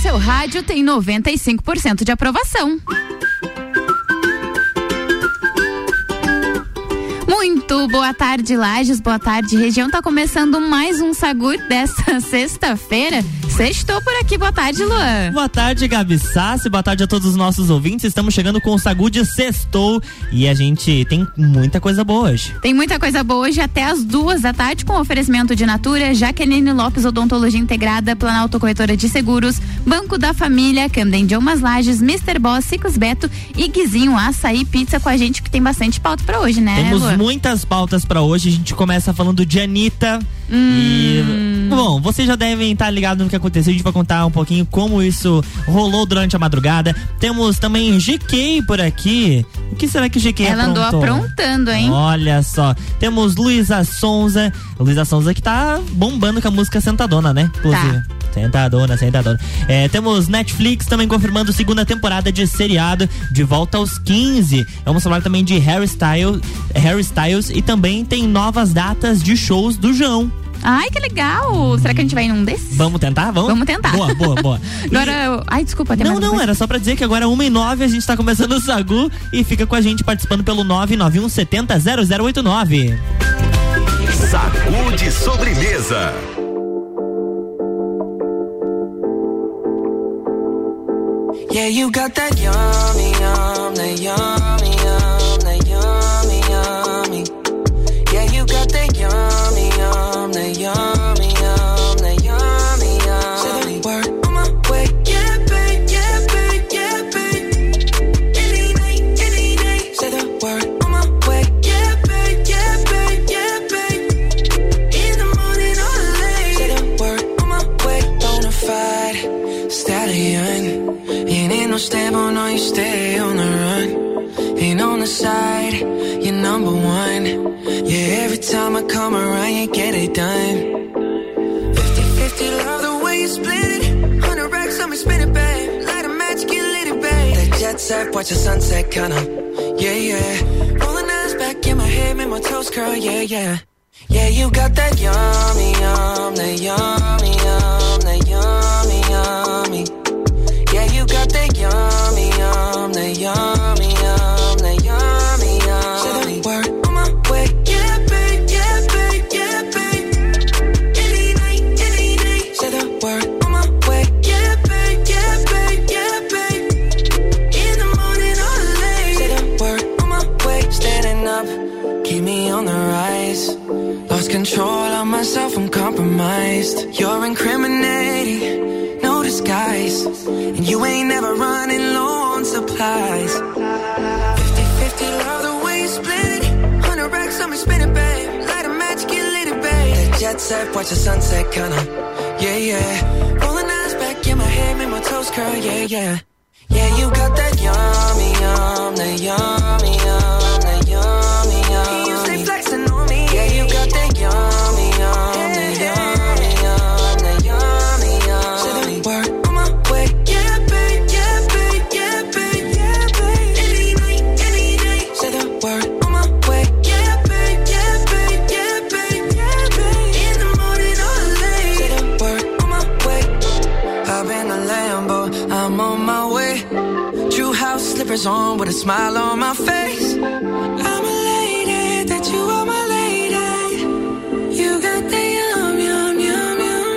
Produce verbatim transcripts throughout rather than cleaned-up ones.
seu rádio tem noventa e cinco por cento de aprovação. Muito boa tarde, Lages, boa tarde, região. Tá começando mais um Sagu dessa sexta-feira. Sextou por aqui, boa tarde, Luan. Boa tarde, Gabi Sassi, boa tarde a todos os nossos ouvintes. Estamos chegando com o Sagu de Sextou e a gente tem muita coisa boa hoje. Tem muita coisa boa hoje até as duas da tarde, com oferecimento de Natura, Jaqueline Lopes Odontologia Integrada, Planalto Corretora de Seguros, Banco da Família, Camden Idiomas Lages, mister Boss, Ciclos Beto e Guizinho Açaí Pizza com a gente, que tem bastante pauta pra hoje, né, Temos Luan? muitas pautas pra hoje. A gente começa falando de Anitta. Hum. E, bom, vocês já devem estar ligados no que aconteceu. A gente vai contar um pouquinho como isso rolou durante a madrugada. Temos também G K por aqui. O que será que o G K Ela aprontou? andou aprontando, hein? Olha só. Temos Luísa Sonza. Luísa Sonza que tá bombando com a música Sentadona, né? Inclusive. Tá. Sentadona, sentadona. É, temos Netflix também confirmando segunda temporada de seriado De Volta aos quinze. Vamos falar também de Harry Styles, Harry Styles e também tem novas datas de shows do João. Ai, que legal! Será que a gente vai em um desses? Vamos tentar? Vamos? Vamos tentar. Boa, boa, boa. Agora, e... eu... ai, desculpa. Não, não, era só pra dizer que agora uma e nove a gente tá começando o Sagu e fica com a gente participando pelo nove nove um sete zero zero zero oito nove. Sagu de sobremesa. Yeah, you got that yummy, yum, that yummy, yum, that yummy, yummy. Yeah, you got that yummy, yum, that yummy, yum, that yummy, yum. Say the word on my way, yeah, babe, yeah, babe, yeah, babe. Any night, any day. Say the word on my way, yeah, babe, yeah, babe, yeah, babe. In the morning or late. Say the word on my way, bonafide stallion. Ain't no stable, no, you stay on the run. Ain't on the side, you're number one. Yeah, every time I come around, you get it done. fifty fifty, love the way you split it. Hundred racks on me, spin it, babe. Light a match, get lit, it, babe. That jet set, watch the sunset, kinda. Yeah, yeah. Rolling eyes back in my head, make my toes curl, yeah, yeah. Yeah, you got that yummy, yum, that yummy, yum, that yummy, yummy. Yeah, you got that yummy, yum, that yummy, yum, that yummy, yum. Say the word on my way, yeah, babe, yeah, babe, yeah, babe. Any night, any day. Say the word on my way, yeah, babe, yeah, babe, yeah, babe. In the morning or late. Say the word on my way, standing up, keep me on the rise. Lost control of myself, I'm compromised. You're incriminating, no disguise. And you ain't never running low on supplies. fifty fifty, love the way you split it. Hundred racks on me, spin it, babe. Light a match, get lit, it, babe. That jet set, watch the sunset, kinda. Yeah, yeah. Rolling eyes back in my head, make my toes curl, yeah, yeah. Yeah, you got that yummy, yum, that yummy, yum, that yummy, yum. You stay flexing on me. Yeah, you got that yummy, yum, that yummy, yum, that yummy, yum. Say the word on my way, yeah, babe, yeah, babe, yeah, babe, yeah, babe. Any night, any day. Say the word on my way, yeah, babe, yeah, babe, yeah, babe, yeah, babe. In the morning or late. Say the word on my way. Hop in the Lambo, I'm on my way. True house slippers on with a smile on my face. I'm elated that you are my lady. You got the yum, yum, yum, yum.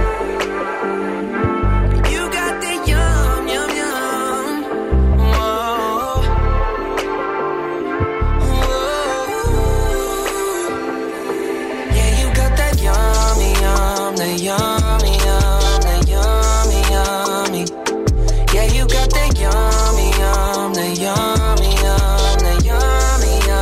You got the yum, yum, yum. Whoa. Whoa. Yeah, you got that yummy, yum, that yummy, yum, that yummy, yummy. Yeah, you got that yummy, yum, that yummy, yum, that yummy, yum.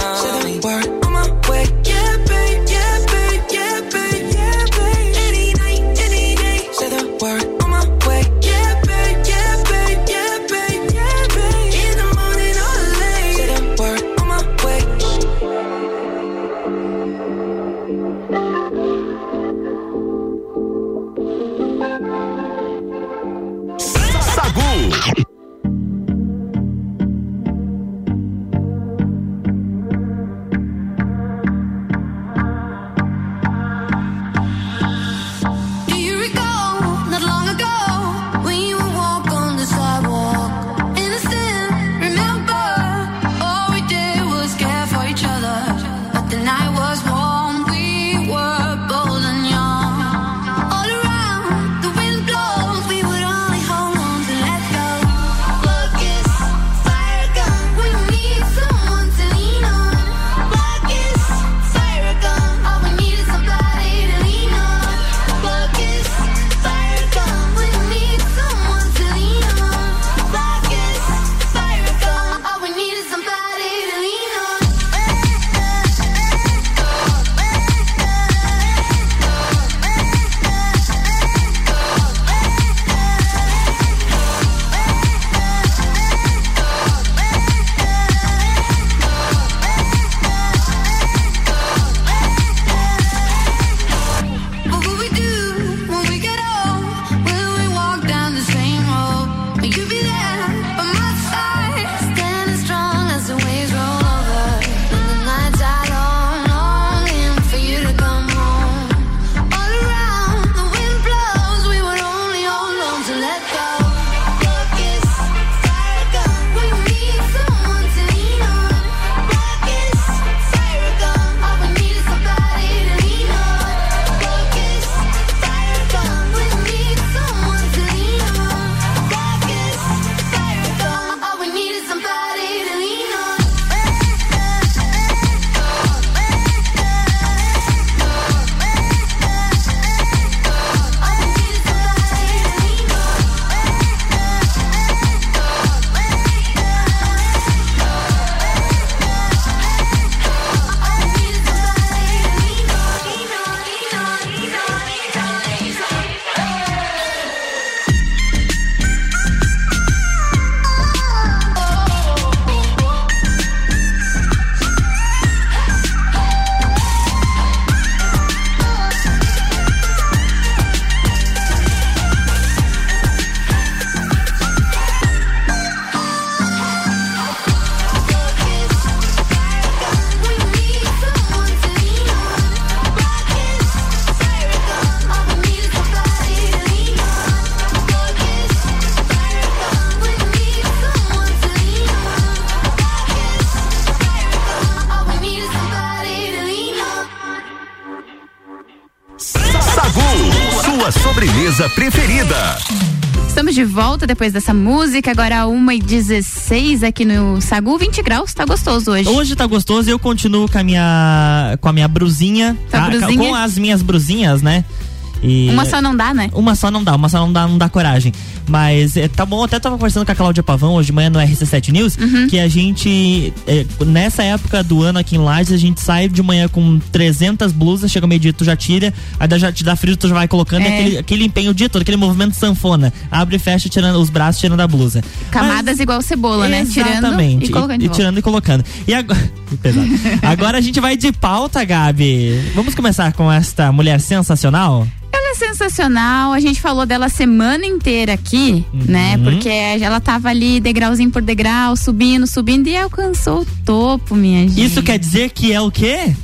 sua sobremesa preferida. Estamos de volta depois dessa música, agora uma e dezesseis aqui no Sagu, vinte graus, tá gostoso hoje. Hoje tá gostoso e eu continuo com a minha, com a minha brusinha, tá, brusinha? Com as minhas brusinhas, né? E uma só não dá, né? Uma só não dá, uma só não dá, não dá coragem. Mas é, tá bom, até tava conversando com a Cláudia Pavão hoje de manhã no R C sete News, uhum. que a gente, é, nessa época do ano aqui em Lages, a gente sai de manhã com trezentas blusas, chega meio-dia, tu já tira, aí já te dá frio, tu já vai colocando, é. aquele, aquele empenho o dia todo, aquele movimento sanfona, abre e fecha, tirando os braços, tirando a blusa. Camadas Mas, igual cebola, né? Exatamente. Tirando e colocando. E, e tirando e colocando. E agora, pesado. Agora a gente vai de pauta, Gabi. Vamos começar com esta mulher sensacional? Ela é sensacional, a gente falou dela a semana inteira aqui, uhum. né? Porque ela tava ali degrauzinho por degrau, subindo, subindo e alcançou o topo, minha gente. Isso quer dizer que é o quê?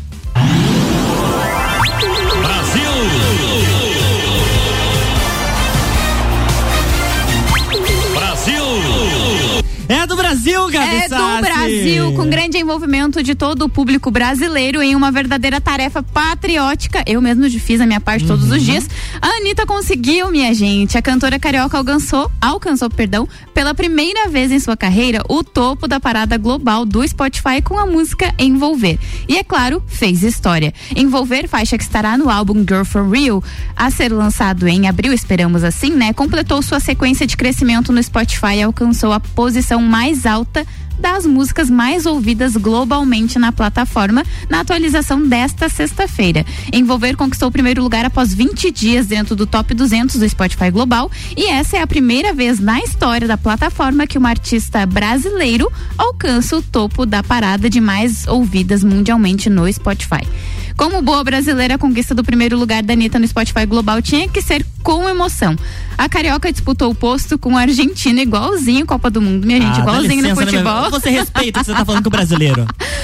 Brasil! Brasil! É do Brasil, Gabi É Sassi. do Brasil, com grande envolvimento de todo o público brasileiro em uma verdadeira tarefa patriótica. Eu mesmo fiz a minha parte uhum. todos os dias. A Anitta conseguiu, minha gente. A cantora carioca alcançou, alcançou, perdão, pela primeira vez em sua carreira, o topo da parada global do Spotify com a música Envolver. E é claro, fez história. Envolver, faixa que estará no álbum Girl for Real, a ser lançado em abril, esperamos assim, né? Completou sua sequência de crescimento no Spotify e alcançou a posição mais alta das músicas mais ouvidas globalmente na plataforma na atualização desta sexta-feira. Envolver conquistou o primeiro lugar após vinte dias dentro do top duzentos do Spotify global e essa é a primeira vez na história da plataforma que uma artista brasileiro alcança o topo da parada de mais ouvidas mundialmente no Spotify. Como boa brasileira, a conquista do primeiro lugar da Anitta no Spotify global tinha que ser com emoção. A carioca disputou o posto com a Argentina, igualzinho Copa do Mundo, minha gente, ah, igualzinho no futebol. Minha... Você respeita que você tá falando com o brasileiro.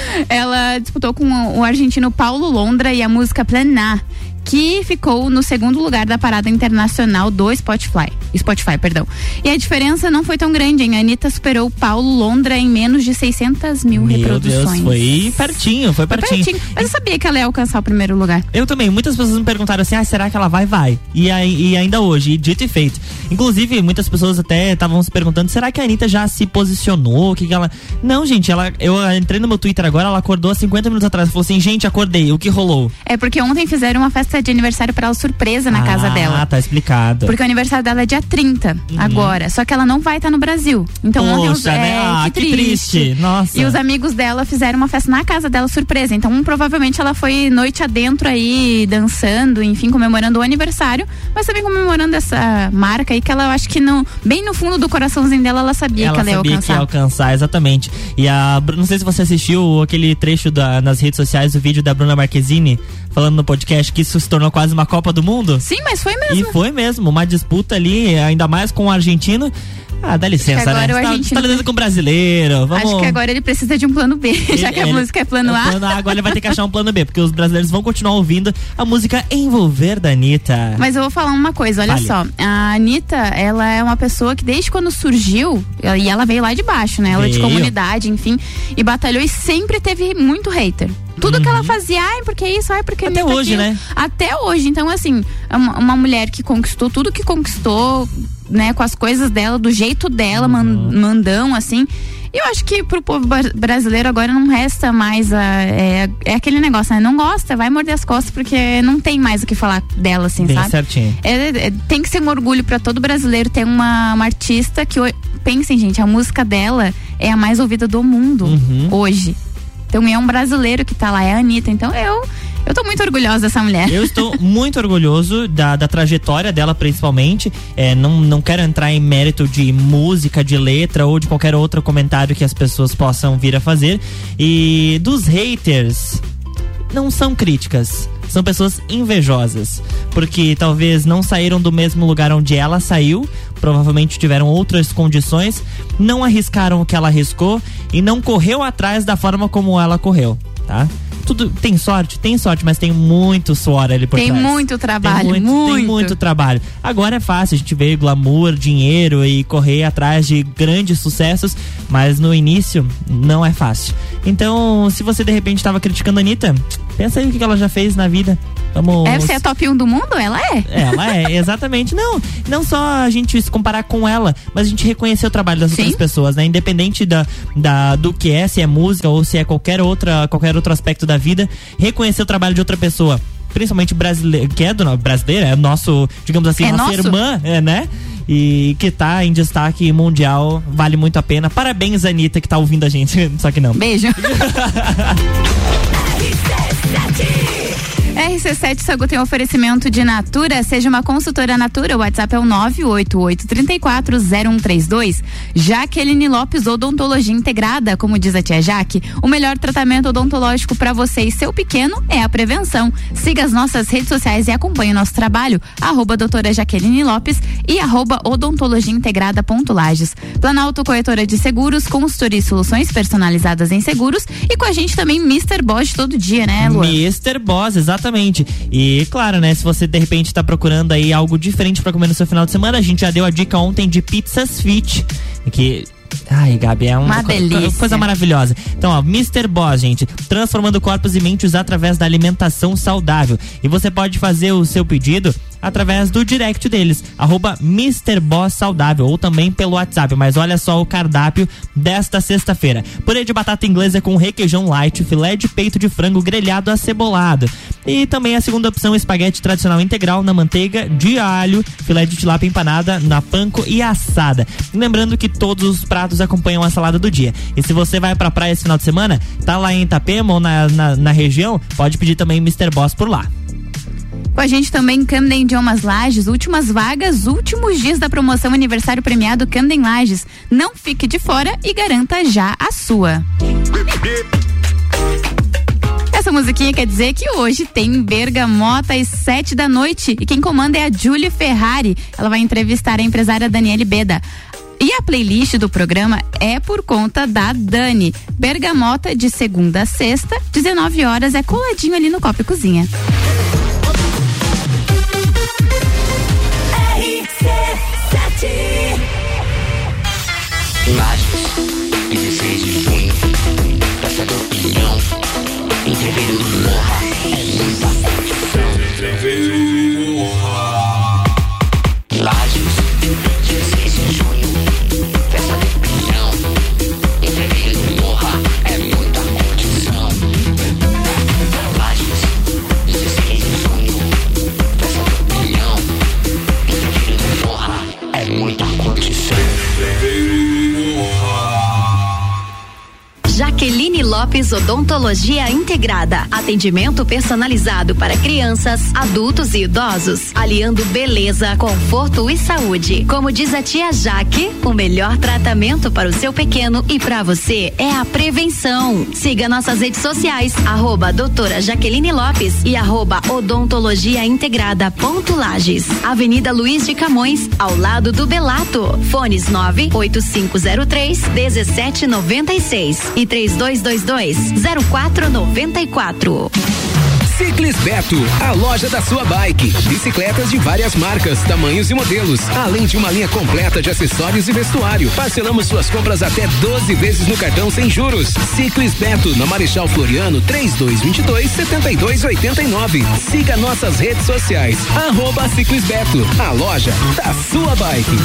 Ela disputou com o argentino Paulo Londra e a música Plenar, que ficou no segundo lugar da parada internacional do Spotify. Spotify, perdão. E a diferença não foi tão grande, hein? A Anitta superou Paulo Londra em menos de seiscentas mil Meu reproduções. Deus, foi pertinho, foi pertinho. Foi pertinho. Mas eu sabia que ela ia alcançar o primeiro lugar. Eu também. Muitas pessoas me perguntaram assim, ah, será que ela vai? Vai. E, aí, e ainda hoje, e dito e feito. Inclusive, muitas pessoas até estavam se perguntando, será que a Anitta já se posicionou? O que que ela... Não, gente, ela, eu entrei no meu Twitter agora, ela acordou há cinquenta minutos atrás, falou assim, gente, acordei, o que rolou? É porque ontem fizeram uma festa de aniversário para ela surpresa na ah, casa dela. Ah, tá explicado. Porque o aniversário dela é dia trinta, uhum. agora. Só que ela não vai estar tá no Brasil. Então Poxa, ontem os, né? é, ah, que, que triste. triste. Nossa. E os amigos dela fizeram uma festa na casa dela surpresa. Então um, provavelmente ela foi noite adentro aí, dançando, enfim, comemorando o aniversário, mas também comemorando essa marca aí que ela, eu acho que no, bem no fundo do coraçãozinho dela, ela sabia ela que ela ia sabia alcançar. Que ia alcançar, exatamente. E a, não sei se você assistiu aquele trecho da, nas redes sociais, o vídeo da Bruna Marquezine falando no podcast que isso se tornou quase uma Copa do Mundo. Sim, mas foi mesmo. E foi mesmo, uma disputa ali, ainda mais com o argentino. Ah, dá licença, né? Você tá, tá lidando com o brasileiro. Vamos... Acho que agora ele precisa de um plano B, ele, já que a ele, música é plano A. Plano A. Agora ele vai ter que achar um plano B, porque os brasileiros vão continuar ouvindo a música Envolver da Anitta. Mas eu vou falar uma coisa, olha Vale. só. A Anitta, ela é uma pessoa que desde quando surgiu, e ela veio lá de baixo, né? Ela veio. de comunidade, enfim, e batalhou e sempre teve muito hater. Tudo uhum. que ela fazia, ai, porque isso, ai, porque Até hoje, aquilo. né? Até hoje. Então, assim, uma, uma mulher que conquistou tudo que conquistou, né, com as coisas dela, do jeito dela, uhum. man, mandão, assim. E eu acho que pro povo brasileiro agora não resta mais a, é, é aquele negócio, né? Não gosta, vai morder as costas, porque não tem mais o que falar dela, assim, Bem sabe? certinho. É, é, tem que ser um orgulho pra todo brasileiro ter uma, uma artista que, pensem, gente, a música dela é a mais ouvida do mundo uhum. hoje. Então é um brasileiro que tá lá, é a Anitta. Então eu, eu tô muito orgulhosa dessa mulher. Eu estou muito orgulhoso da, da trajetória dela, principalmente. É, não, não quero entrar em mérito de música, de letra ou de qualquer outro comentário que as pessoas possam vir a fazer. E dos haters, não são críticas. São pessoas invejosas, porque talvez não saíram do mesmo lugar onde ela saiu, provavelmente tiveram outras condições, não arriscaram o que ela arriscou e não correu atrás da forma como ela correu, tá? tudo tem sorte, tem sorte, mas tem muito suor ali por tem trás. Muito trabalho, tem muito, muito. Tem muito trabalho. Agora é fácil, a gente vê glamour, dinheiro e correr atrás de grandes sucessos, mas no início não é fácil. Então, se você de repente estava criticando a Anitta, pensa aí o que ela já fez na vida. Vamos... É, você é top um do mundo? Ela é. Ela é, exatamente. Não, não só a gente se comparar com ela, mas a gente reconhecer o trabalho das Sim. outras pessoas, né? Independente da, da, do que é, se é música ou se é qualquer outra, qualquer outro aspecto da vida, reconhecer o trabalho de outra pessoa, principalmente brasileira, que é do brasileira, é nosso, digamos assim, é nossa nosso? irmã, é, né? E que tá em destaque mundial, vale muito a pena. Parabéns, Anitta, que tá ouvindo a gente, só que não. Beijo. R C sete Sagu tem oferecimento de Natura. Seja uma consultora Natura. O WhatsApp é o nove oito oito três quatro zero um três dois. Jaqueline Lopes, Odontologia Integrada. Como diz a tia Jaque, o melhor tratamento odontológico para você e seu pequeno é a prevenção. Siga as nossas redes sociais e acompanhe o nosso trabalho. Arroba doutora Jaqueline Lopes e arroba odontologia integrada ponto Lages. Planalto Corretora de Seguros, consultoria e soluções personalizadas em seguros. E com a gente também mister Boss todo dia, né, Luan? mister Boss, exatamente. E claro, né, se você de repente tá procurando aí algo diferente pra comer no seu final de semana, a gente já deu a dica ontem de pizzas fit, que ai, Gabi, é uma, uma co delícia. coisa maravilhosa. Então, ó, mister Boss, gente, transformando corpos e mentes através da alimentação saudável. E você pode fazer o seu pedido através do direct deles, arroba mister Boss Saudável, ou também pelo WhatsApp. Mas olha só o cardápio desta sexta-feira: purê de batata inglesa com requeijão light, filé de peito de frango grelhado acebolado, e também a segunda opção, espaguete tradicional integral na manteiga de alho, filé de tilápia empanada na panko e assada. Lembrando que todos os pratos acompanham a salada do dia. E se você vai pra praia esse final de semana, tá lá em Itapema ou na, na, na região, pode pedir também mister Boss por lá. Com a gente também Camden Idiomas Lages, últimas vagas, últimos dias da promoção aniversário premiado Camden Lages. Não fique de fora e garanta já a sua. Essa musiquinha quer dizer que hoje tem Bergamota às sete da noite e quem comanda é a Julie Ferrari. Ela vai entrevistar a empresária Daniele Beda. E a playlist do programa é por conta da Dani. Bergamota de segunda a sexta, dezenove horas, é coladinho ali no Copa e Cozinha. Lages, dezesseis de junho, Praça da Opinião, entreveiro do Morra, é muita curtição. Lages, dezesseis de junho, Praça da Opinião, entreveiro do Morra, é muita curtição. Lages, dezesseis de junho, Praça da Opinião, entreveiro do Morra, é muita curtição. Jaqueline Lopes Odontologia Integrada. Atendimento personalizado para crianças, adultos e idosos, aliando beleza, conforto e saúde. Como diz a tia Jaque, o melhor tratamento para o seu pequeno e para você é a prevenção. Siga nossas redes sociais, arroba doutora Jaqueline Lopes e arroba odontologia integrada ponto Lages. Avenida Luiz de Camões, ao lado do Belato. Fones nove oito cinco zero três um sete nove seis e três dois dois dois zero quatro nove quatro. Ciclis Beto, a loja da sua bike. Bicicletas de várias marcas, tamanhos e modelos, além de uma linha completa de acessórios e vestuário. Parcelamos suas compras até doze vezes no cartão sem juros. Ciclis Beto, na Marechal Floriano, três dois dois dois, sete dois oito nove. Siga nossas redes sociais, arroba Ciclis Beto, a loja da sua bike.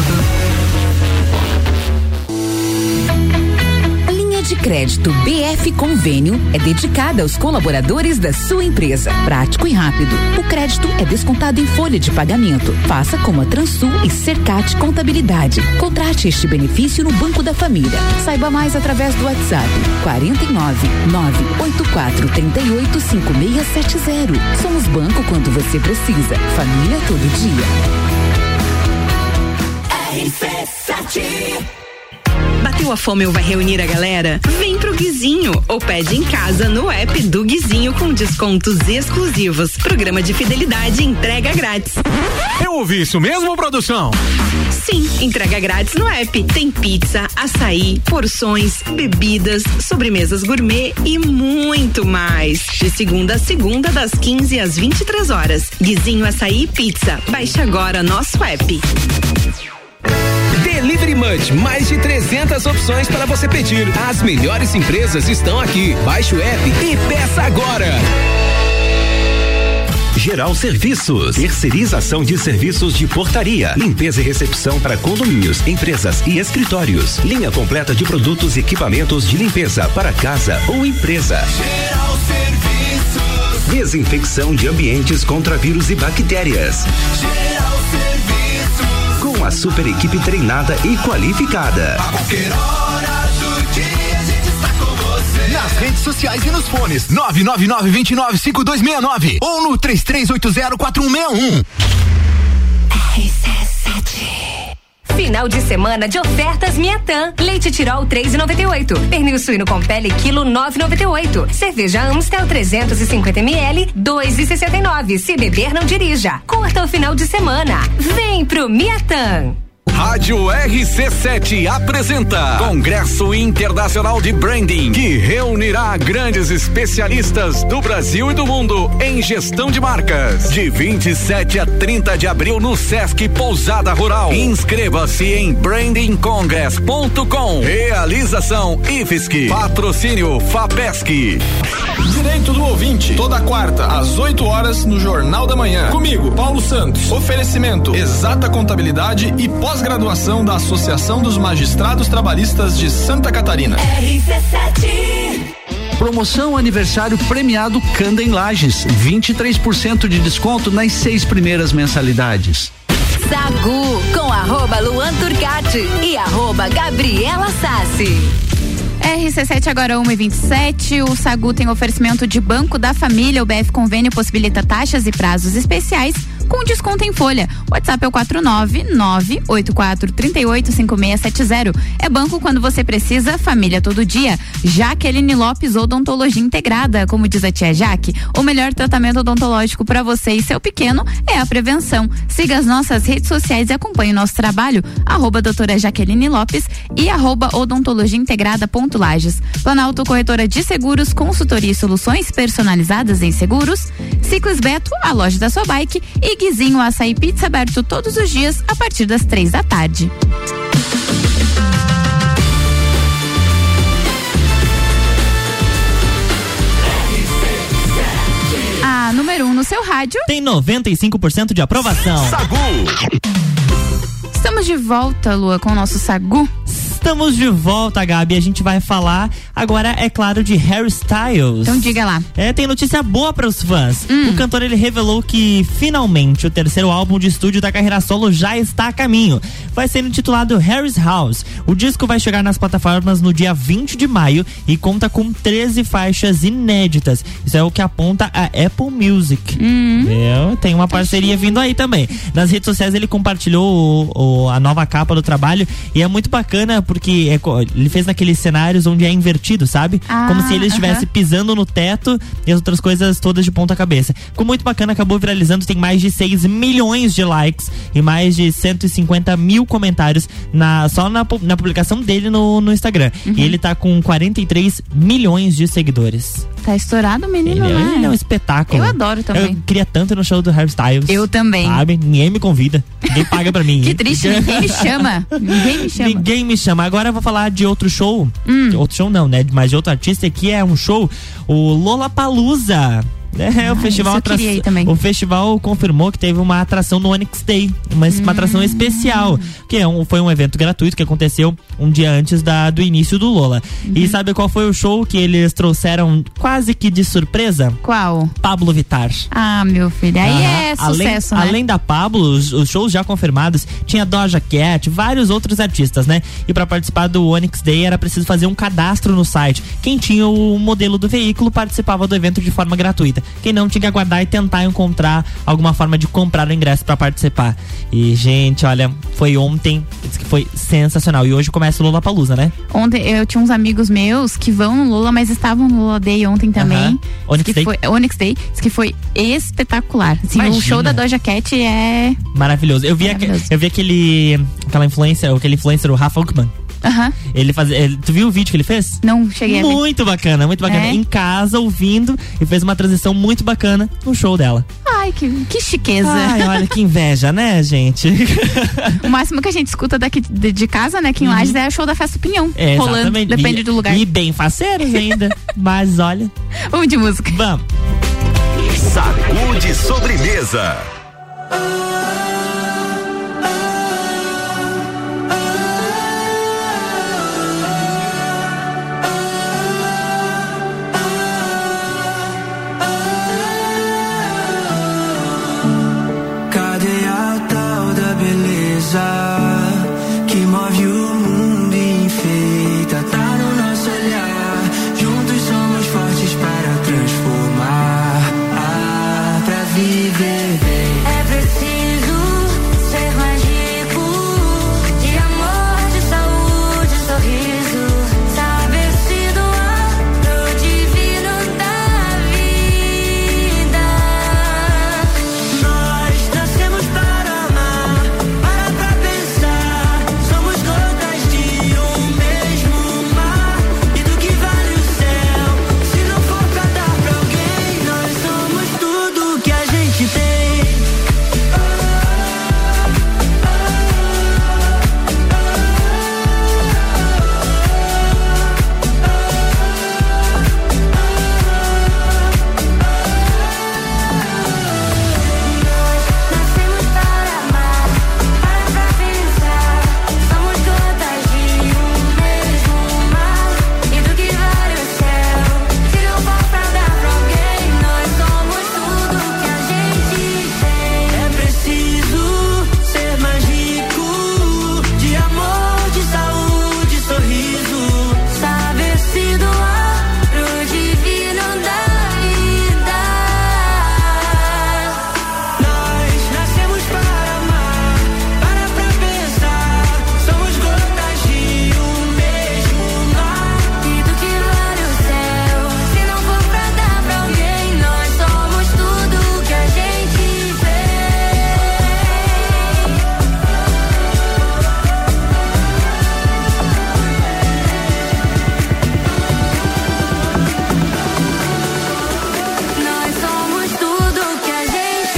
De crédito B F Convênio é dedicada aos colaboradores da sua empresa. Prático e rápido. O crédito é descontado em folha de pagamento. Faça como a Transul e Cercat Contabilidade. Contrate este benefício no Banco da Família. Saiba mais através do WhatsApp quarenta e nove, nove oito quatro, trinta e oito, cinco seis sete zero. Somos banco quando você precisa. Família todo dia. R C sete. Bateu a fome ou vai reunir a galera? Vem pro Guizinho ou pede em casa no app do Guizinho com descontos exclusivos. Programa de fidelidade e entrega grátis. Eu ouvi isso mesmo, produção? Sim, entrega grátis no app. Tem pizza, açaí, porções, bebidas, sobremesas gourmet e muito mais. De segunda a segunda, das quinze às vinte e três horas. Guizinho Açaí e Pizza. Baixe agora nosso app. Delivery Munch, mais de trezentas opções para você pedir. As melhores empresas estão aqui. Baixe o app e peça agora. Geral Serviços, terceirização de serviços de portaria, limpeza e recepção para condomínios, empresas e escritórios. Linha completa de produtos e equipamentos de limpeza para casa ou empresa. Geral Serviços. Desinfecção de ambientes contra vírus e bactérias. Geral Serviços. Com a super equipe treinada e qualificada. A qualquer hora do dia a gente está com você. Nas redes sociais e nos fones nove nove nove, dois nove, cinco dois seis nove ou no três três oito zero, quatro um seis um. R C sete. Final de semana de ofertas Miatã. Leite Tirol três reais e noventa e oito. Pernil suíno com pele quilo nove reais e noventa e oito. Cerveja Amstel trezentos e cinquenta mililitros dois reais e sessenta e nove. Se beber não dirija. Curta o final de semana. Vem pro Miatã. Rádio R C sete apresenta Congresso Internacional de Branding, que reunirá grandes especialistas do Brasil e do mundo em gestão de marcas. De vinte e sete a trinta de abril no Sesc Pousada Rural. Inscreva-se em branding congress ponto com. Realização I F S C. Patrocínio FAPESC. Direito do ouvinte, toda quarta às oito horas no Jornal da Manhã. Comigo, Paulo Santos. Oferecimento: Exata Contabilidade e pós-graduação da Associação dos Magistrados Trabalhistas de Santa Catarina. R C sete. Promoção aniversário premiado Canda em Lages. vinte e três por cento de desconto nas seis primeiras mensalidades. Sagu com arroba Luan Turcati e arroba Gabriela Sassi. R C sete agora uma e vinte e sete. O Sagu tem oferecimento de Banco da Família. O B F Convênio possibilita taxas e prazos especiais com desconto em folha. O WhatsApp é o quatro nove nove oito quatro três oito cinco seis sete zero. É banco quando você precisa, família todo dia. Jaqueline Lopes, Odontologia Integrada. Como diz a tia Jaque, o melhor tratamento odontológico para você e seu pequeno é a prevenção. Siga as nossas redes sociais e acompanhe o nosso trabalho. Arroba doutora Jaqueline Lopes e arroba odontologia integrada ponto Lages. Planalto Corretora de Seguros, consultoria e soluções personalizadas em seguros. Ciclis Beto, a loja da sua bike. E Guizinho Açaí Pizza, aberto todos os dias a partir das três da tarde. A número um no seu rádio tem noventa e cinco por cento de aprovação. Sagu. Estamos de volta, Lua, com o nosso Sagu. Estamos de volta, Gabi. A gente vai falar agora, é claro, de Harry Styles. Então diga lá. É, tem notícia boa para os fãs. Hum. O cantor, ele revelou que finalmente o terceiro álbum de estúdio da carreira solo já está a caminho. Vai ser intitulado Harry's House. O disco vai chegar nas plataformas no dia vinte de maio e conta com treze faixas inéditas. Isso é o que aponta a Apple Music. Hum. Meu, tem uma parceria vindo aí também. Nas redes sociais ele compartilhou o, o, a nova capa do trabalho e é muito bacana porque é, ele fez naqueles cenários onde é invertido, sabe? Ah, como se ele estivesse uh-huh. pisando no teto e as outras coisas todas de ponta cabeça. Ficou muito bacana, acabou viralizando, tem mais de seis milhões de likes e mais de cento e cinquenta mil comentários na, só na, na publicação dele no, no Instagram. Uhum. E ele tá com quarenta e três milhões de seguidores. Tá estourado o menino, ele, né? Ele é um espetáculo. Eu adoro também. Eu queria tanto no show do Harry Styles. Eu também. Sabe? Ninguém me convida. Ninguém paga pra mim. Que triste, ninguém me chama. Ninguém me chama. Ninguém me chama. Agora eu vou falar de outro show. Hum. Outro show não, né? Mas de outro artista que é um show, o Lollapalooza. É, ah, o festival atra... O festival confirmou que teve uma atração no Onyx Day, uma, hum. uma atração especial, que é um, foi um evento gratuito que aconteceu um dia antes da, do início do Lola. Uhum. E sabe qual foi o show que eles trouxeram quase que de surpresa? Qual? Pablo Vittar. Ah, meu filho, aí uhum. é sucesso, além, né? Além da Pablo, os, os shows já confirmados, tinha Doja Cat, vários outros artistas, né? E para participar do Onyx Day era preciso fazer um cadastro no site. Quem tinha o modelo do veículo participava do evento de forma gratuita. Quem não tinha que aguardar e tentar encontrar alguma forma de comprar o ingresso para participar. E, gente, olha, foi ontem, disse que foi sensacional. E hoje começa o Lollapalooza, né? Ontem eu tinha uns amigos meus que vão no Lola, mas estavam no Lola Day ontem também. Uh-huh. Onyx Day? Foi, Onyx Day, disse que foi espetacular. Assim, o show da Doja Cat é maravilhoso. Eu vi, maravilhoso. A, eu vi aquele aquela influencer, aquele influencer, o Rafa Uckman. Aham. Ele faz, ele, tu viu o vídeo que ele fez? Não, cheguei Muito a ver. bacana, muito bacana. É? Em casa, ouvindo, e fez uma transição muito bacana no show dela. Ai, que, que chiqueza. Ai, olha que inveja, né, gente? O máximo que a gente escuta daqui de, de casa, né, aqui em Uhum. Lages, é o show da Festa Pinhão. É, rolando, exatamente. depende E- do lugar. E bem faceiros ainda. Mas olha. Vamos de música. Vamos. Sacude sobremesa. Cadê a tal da beleza que move o mundo e enfeita? Tá no nosso olhar. Juntos somos fortes para transformar, ah, pra viver bem. É preciso ser mais rico de amor, de saúde, sorriso. Saber se doar pro divino da vida. Nós nascemos para amar, para pra pensar. Somos gotas de um mesmo mar. E do que vale o céu se não for pra dar pra alguém? Nós somos tudo que a gente tem. Nascemos para amar, para pra pensar. Somos gotas de um mesmo mar. E do que vale o céu se não for pra dar pra alguém? Nós somos tudo que a gente tem. É preciso ser mais rico de amor, de saúde, sorriso. Saber se doar pro divino da vida. Nós nascemos para amar, para pra pensar. Somos gotas de um mesmo mar. E do que vale o céu se não for pra dar pra alguém? Nós somos tudo que a gente tem. Nós somos tudo que a gente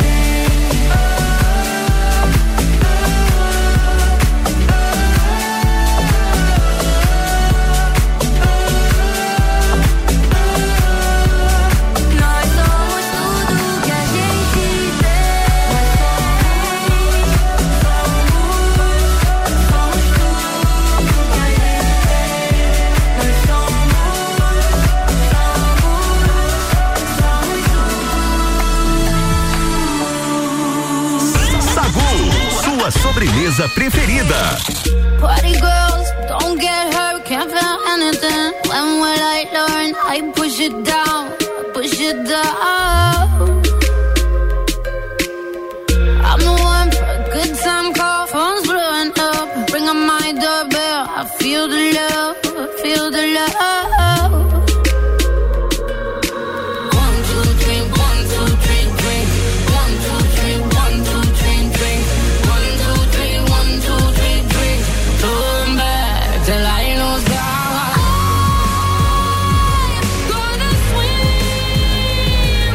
tem. Nós somos tudo que a gente Sagu, sua sobremesa preferida. Party girls, don't get hurt, can't feel anything. When will I learn? I push it down, push it down. I'm the one for a good time call, phone's blowing up. Ring on my doorbell, I feel the love, I feel the love. One, two, three, one, two, three, drink. One, two, three, one, two, three, drink. One, two, three, one, two, three, drink. Turn back till I lose down. I'm gonna swim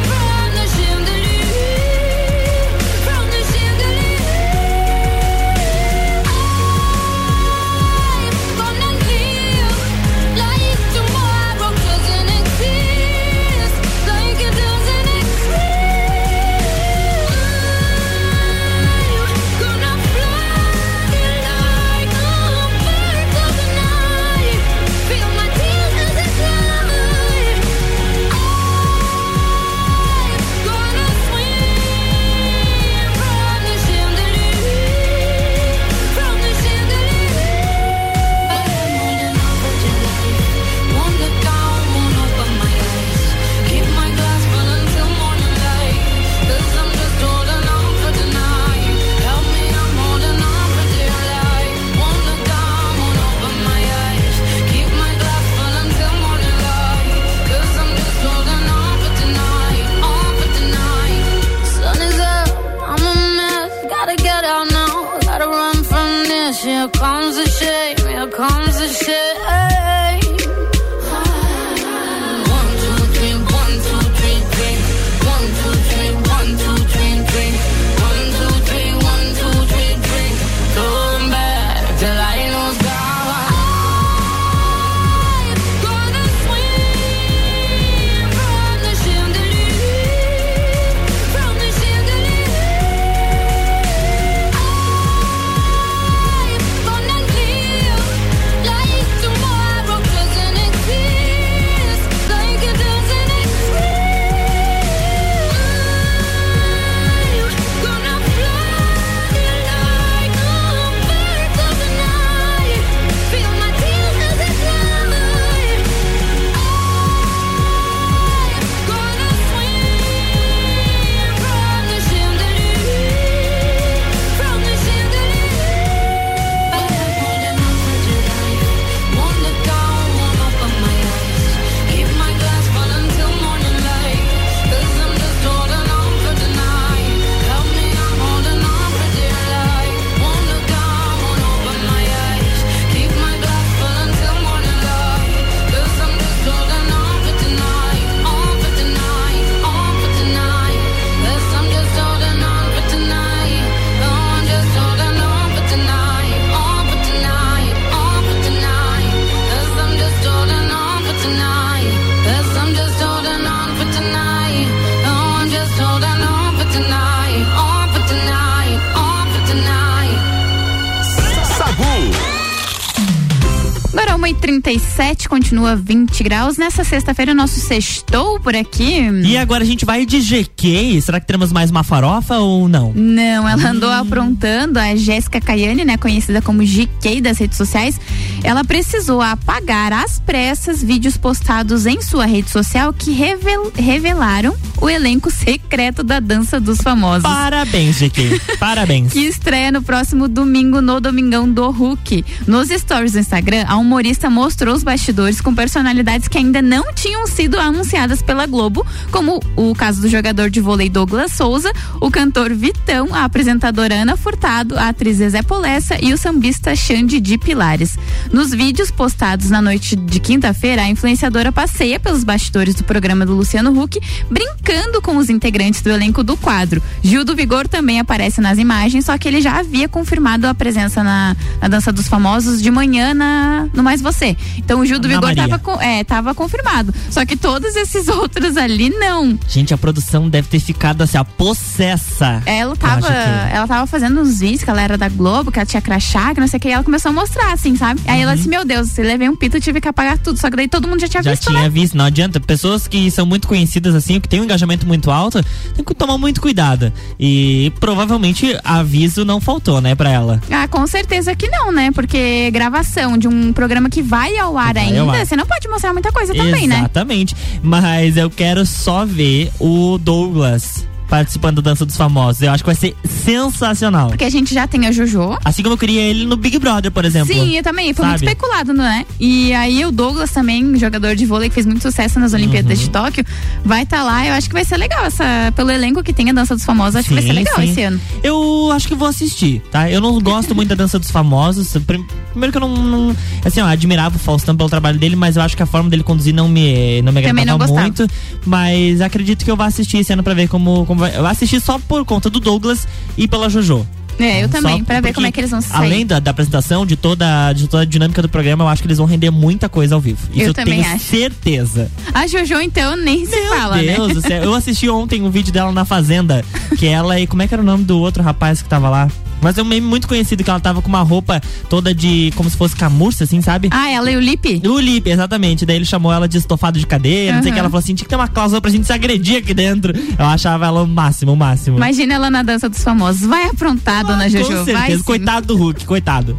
trinta e sete, continua vinte graus. Nessa sexta-feira, o nosso sextou por aqui. E agora a gente vai de G K. Será que teremos mais uma farofa ou não? Não, ela andou hum. aprontando. A Jéssica Caiane, né, conhecida como G K das redes sociais, ela precisou apagar às pressas vídeos postados em sua rede social que revel, revelaram o elenco secreto da Dança dos Famosos. Parabéns, G K. Parabéns. Que estreia no próximo domingo no Domingão do Hulk. Nos stories do Instagram, a humorista mostrou os bastidores com personalidades que ainda não tinham sido anunciadas pela Globo, como o caso do jogador de vôlei Douglas Souza, o cantor Vitão, a apresentadora Ana Furtado, a atriz Zezé Polessa e o sambista Xande de Pilares. Nos vídeos postados na noite de quinta-feira, a influenciadora passeia pelos bastidores do programa do Luciano Huck, brincando com os integrantes do elenco do quadro. Gil do Vigor também aparece nas imagens, só que ele já havia confirmado a presença na, na Dança dos Famosos de manhã na, no Mais Você. Então o Gil do Vigor tava, é, tava confirmado. Só que todos esses outros ali não. Gente, a produção deve ter ficado assim, a possessa. Ela tava, ela tava fazendo uns vídeos que ela era da Globo, que ela tinha crachá, que não sei o que, e ela começou a mostrar, assim, sabe? Aí ela disse, meu Deus, se levei um pito, eu tive que apagar tudo. Só que daí todo mundo já tinha já visto, Já tinha né? visto, não adianta. Pessoas que são muito conhecidas assim, que tem um engajamento muito alto, tem que tomar muito cuidado. E provavelmente aviso não faltou, né, pra ela. Ah, com certeza que não, né? Porque gravação de um programa que vai ao ar vai ainda, ao ar. Você não pode mostrar muita coisa também, né? Exatamente. Mas eu quero só ver o Douglas participando da Dança dos Famosos. Eu acho que vai ser sensacional. Porque a gente já tem a Jojo. Assim como eu queria ele no Big Brother, por exemplo. Sim, eu também. Foi sabe? Muito especulado, não é? E aí o Douglas também, jogador de vôlei que fez muito sucesso nas Olimpíadas uhum. de Tóquio, vai estar tá lá. Eu acho que vai ser legal essa, pelo elenco que tem a Dança dos Famosos, acho sim, que vai ser legal sim. esse ano. Eu acho que vou assistir, tá? Eu não gosto muito da Dança dos Famosos. Primeiro que eu não, não assim, ó, admirava o Faustão pelo trabalho dele, mas eu acho que a forma dele conduzir não me, não me agradava muito. Mas acredito que eu vou assistir esse ano pra ver como, como vai. Eu assisti só por conta do Douglas e pela Jojo. É, eu também, Só pra ver como é que eles vão sair. Além da, da apresentação, de toda, de toda a dinâmica do programa, eu acho que eles vão render muita coisa ao vivo. Isso eu, eu também tenho acho. certeza. A Jojo, então, nem se Meu fala, Deus né? Meu Deus do céu. Eu assisti ontem um vídeo dela na Fazenda, que ela e... Como é que era o nome do outro rapaz que tava lá? Mas é um meme muito conhecido, que ela tava com uma roupa toda de... como se fosse camurça, assim, sabe? Ah, ela e o Lipe? O Lipe, exatamente. Daí ele chamou ela de estofado de cadeira, uhum. não sei o que. Ela falou assim, tinha que ter uma cláusula pra gente se agredir aqui dentro. Eu achava ela o máximo, o máximo. Imagina ela na Dança dos Famosos. Vai aprontar, ah, dona Jojo. Com certeza. Vai, coitado do Hulk, coitado.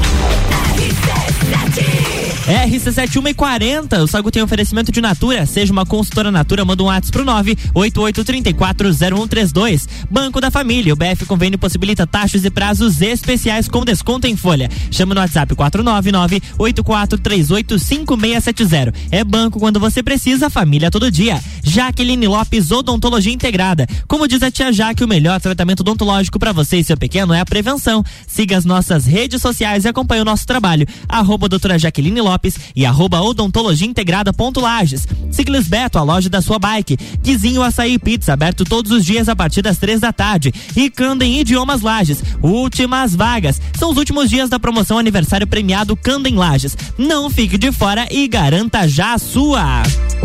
R C sete um e quarenta, o Sagu tem oferecimento de Natura. Seja uma consultora Natura, manda um WhatsApp pro nove oito oito três quatro zero um três dois. Banco da Família, o B F Convênio possibilita taxas e prazos especiais com desconto em folha. Chama no WhatsApp quatro nove nove oito quatro três oito cinco seis sete zero. É banco quando você precisa, família todo dia. Jaqueline Lopes, Odontologia Integrada. Como diz a tia Jaque, o melhor tratamento odontológico para você e seu pequeno é a prevenção. Siga as nossas redes sociais e acompanhe o nosso trabalho. Arroba doutora Jaqueline Lopes e arroba odontologia integrada ponto Lages. Ciclis Beto, a loja da sua bike. Guizinho Açaí Pizza, aberto todos os dias a partir das três da tarde. E Candem Idiomas Lages, últimas vagas. São os últimos dias da promoção aniversário premiado Candem Lages. Não fique de fora e garanta já a sua.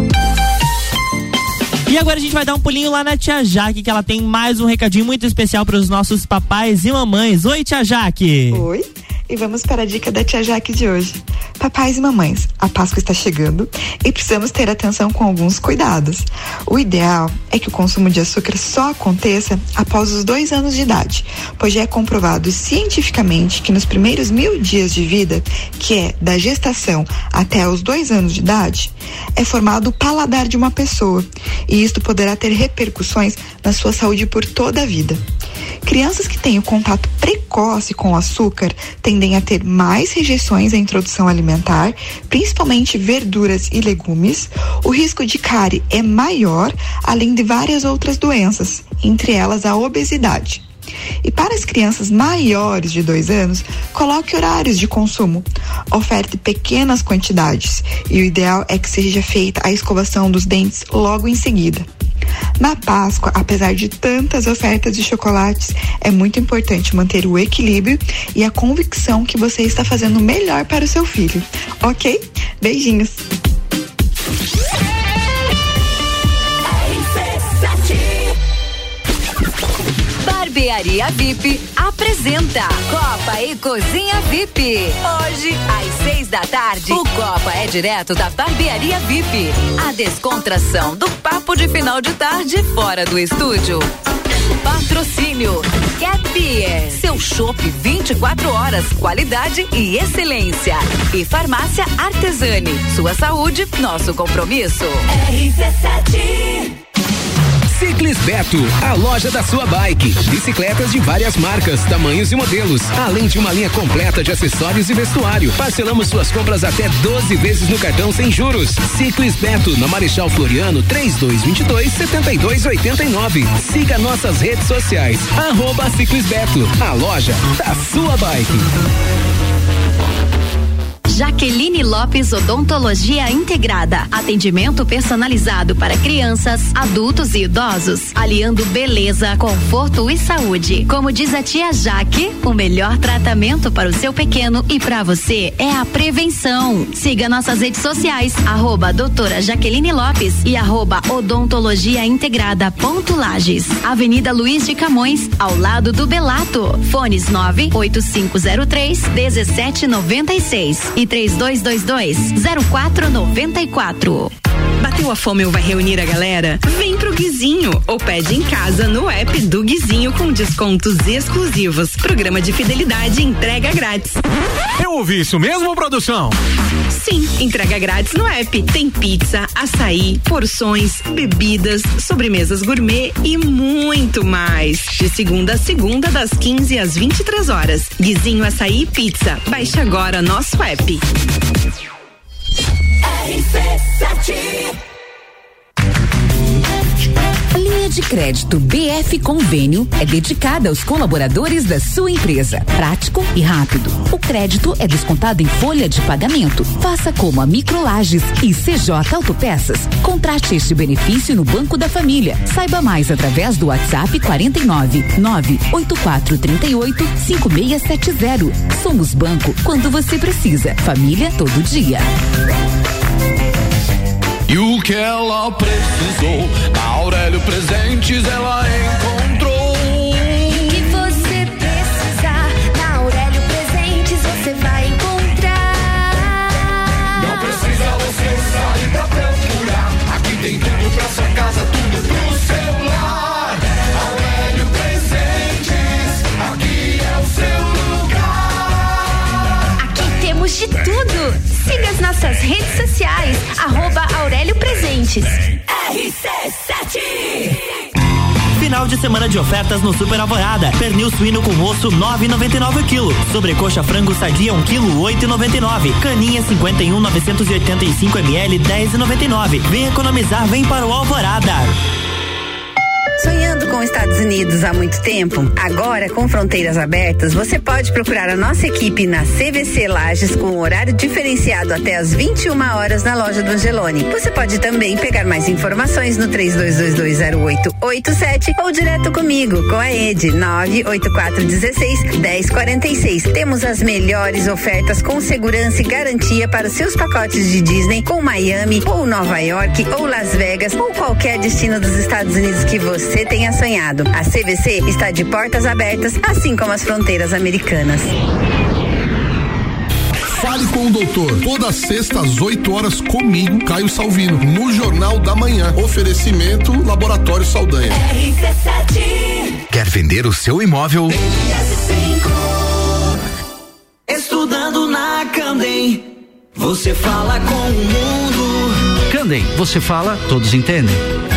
E agora a gente vai dar um pulinho lá na tia Jaque, que ela tem mais um recadinho muito especial para os nossos papais e mamães. Oi, tia Jaque. Oi. E vamos para a dica da tia Jaque de hoje. Papais e mamães, a Páscoa está chegando e precisamos ter atenção com alguns cuidados. O ideal é que o consumo de açúcar só aconteça após os dois anos de idade, pois já é comprovado cientificamente que nos primeiros mil dias de vida, que é da gestação até os dois anos de idade, é formado o paladar de uma pessoa, e isto poderá ter repercussões na sua saúde por toda a vida. Crianças que têm o contato precoce com o açúcar tendem a ter mais rejeições à introdução alimentar, principalmente verduras e legumes. O risco de cárie é maior, além de várias outras doenças, entre elas a obesidade. E para as crianças maiores de dois anos, coloque horários de consumo. Oferte pequenas quantidades e o ideal é que seja feita a escovação dos dentes logo em seguida. Na Páscoa, apesar de tantas ofertas de chocolates, é muito importante manter o equilíbrio e a convicção que você está fazendo o melhor para o seu filho. Ok? Beijinhos! Barbearia V I P apresenta Copa e Cozinha V I P. Hoje, às seis da tarde, o Copa é direto da Barbearia V I P. A descontração do papo de final de tarde fora do estúdio. Patrocínio Cat Beer, seu chopp vinte e quatro horas, qualidade e excelência. E Farmácia Artesani, sua saúde, nosso compromisso. R C sete. Ciclis Beto, a loja da sua bike. Bicicletas de várias marcas, tamanhos e modelos, além de uma linha completa de acessórios e vestuário. Parcelamos suas compras até doze vezes no cartão sem juros. Ciclis Beto, na Marechal Floriano, três dois dois dois, sete dois oito nove. Siga nossas redes sociais, arroba Ciclis Beto, a loja da sua bike. Jaqueline Lopes Odontologia Integrada. Atendimento personalizado para crianças, adultos e idosos, aliando beleza, conforto e saúde. Como diz a tia Jaque, o melhor tratamento para o seu pequeno e para você é a prevenção. Siga nossas redes sociais, arroba doutora Jaqueline Lopes e arroba odontologia integrada ponto Lages. Avenida Luiz de Camões, ao lado do Belato. Fones nove oito cinco zero três, um sete nove seis e três dois dois dois, zero quatro nove quatro. Bateu a fome ou vai reunir a galera? Vem pro Guizinho ou pede em casa no app do Guizinho com descontos exclusivos. Programa de fidelidade e entrega grátis. Eu ouvi isso mesmo, produção? Sim, entrega grátis no app. Tem pizza, açaí, porções, bebidas, sobremesas gourmet e muito mais. De segunda a segunda, das quinze às vinte e três horas. Guizinho Açaí e Pizza. Baixe agora nosso app. R C sete. A linha de crédito B F Convênio é dedicada aos colaboradores da sua empresa. Prático e rápido. O crédito é descontado em folha de pagamento. Faça como a Microlages e C J Autopeças. Contrate este benefício no Banco da Família. Saiba mais através do WhatsApp quarenta e nove, nove oito quatro três oito, cinco seis sete zero. Somos banco quando você precisa. Família todo dia. E o que ela precisou, na Aurélio Presentes ela encontrou. E o que você precisar, na Aurélio Presentes você vai encontrar. Não precisa você sair pra procurar. Aqui tem tudo pra sua casa, tudo pro celular. Aurélio Presentes, aqui é o seu lugar. Aqui temos de tudo. Siga as nossas redes sociais, arroba Aurélio Presentes. R C sete. Final de semana de ofertas no Super Alvorada. Pernil suíno com osso nove e noventa e nove o quilo. Sobrecoxa frango sadia um quilo oito e noventa e nove. Caninha cinquenta e um novecentos e oitenta e cinco mililitros dez e noventa e nove. Vem economizar, vem para o Alvorada. Sonhando com os Estados Unidos há muito tempo? Agora, com fronteiras abertas, você pode procurar a nossa equipe na C V C Lages com um horário diferenciado até às vinte e uma horas na loja do Angelone. Você pode também pegar mais informações no três dois dois dois zero oito oito sete ou direto comigo, com a Ed, nove oito quatro um seis, um zero quatro seis. Temos as melhores ofertas com segurança e garantia para os seus pacotes de Disney com Miami ou Nova York ou Las Vegas ou qualquer destino dos Estados Unidos que você Você tenha sonhado. A C V C está de portas abertas, assim como as fronteiras americanas. Fale com o doutor. Toda sexta às oito horas comigo, Caio Salvino, no Jornal da Manhã. Oferecimento Laboratório Saldanha. R C sete. Quer vender o seu imóvel? Estudando na Candem, você fala com o mundo. Candem, você fala, todos entendem.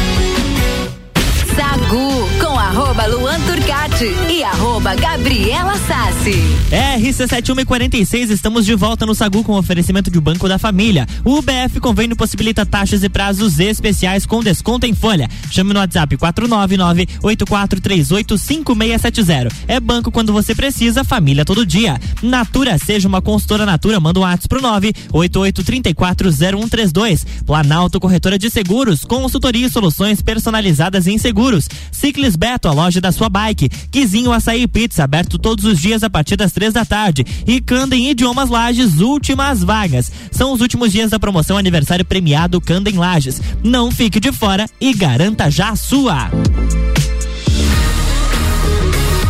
Sagu, com arroba Luan Turcati e arroba Gabriela Sassi. R C sete um e quarenta e seis, estamos de volta no Sagu com oferecimento de Banco da Família. O B F Convênio possibilita taxas e prazos especiais com desconto em folha. Chame no WhatsApp quatro nove nove oito quatro três oito cinco seis sete zero. É banco quando você precisa, família todo dia. Natura, seja uma consultora Natura, manda um WhatsApp pro nove oito oito três quatro zero um três dois. Planalto Corretora de Seguros, consultoria e soluções personalizadas em seguros. Ciclis Beto, a loja da sua bike. Guizinho Açaí e Pizza, aberto todos os dias a partir das três da tarde. E Candem Idiomas Lages, últimas vagas. São os últimos dias da promoção aniversário premiado Candem Lages. Não fique de fora e garanta já a sua.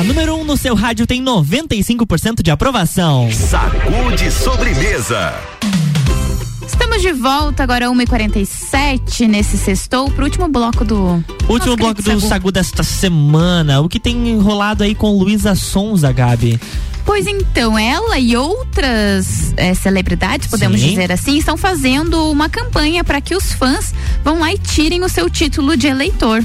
número um no seu rádio tem noventa e cinco por cento de aprovação. Sacude sobremesa. Estamos de volta agora, uma e quarenta e sete nesse sextou, pro último bloco do. Último Nossa, bloco do Sagu. Sagu desta semana. O que tem rolado aí com Luísa Sonza, Gabi? Pois então, ela e outras é, celebridades, podemos Sim. dizer assim, estão fazendo uma campanha para que os fãs vão lá e tirem o seu título de eleitor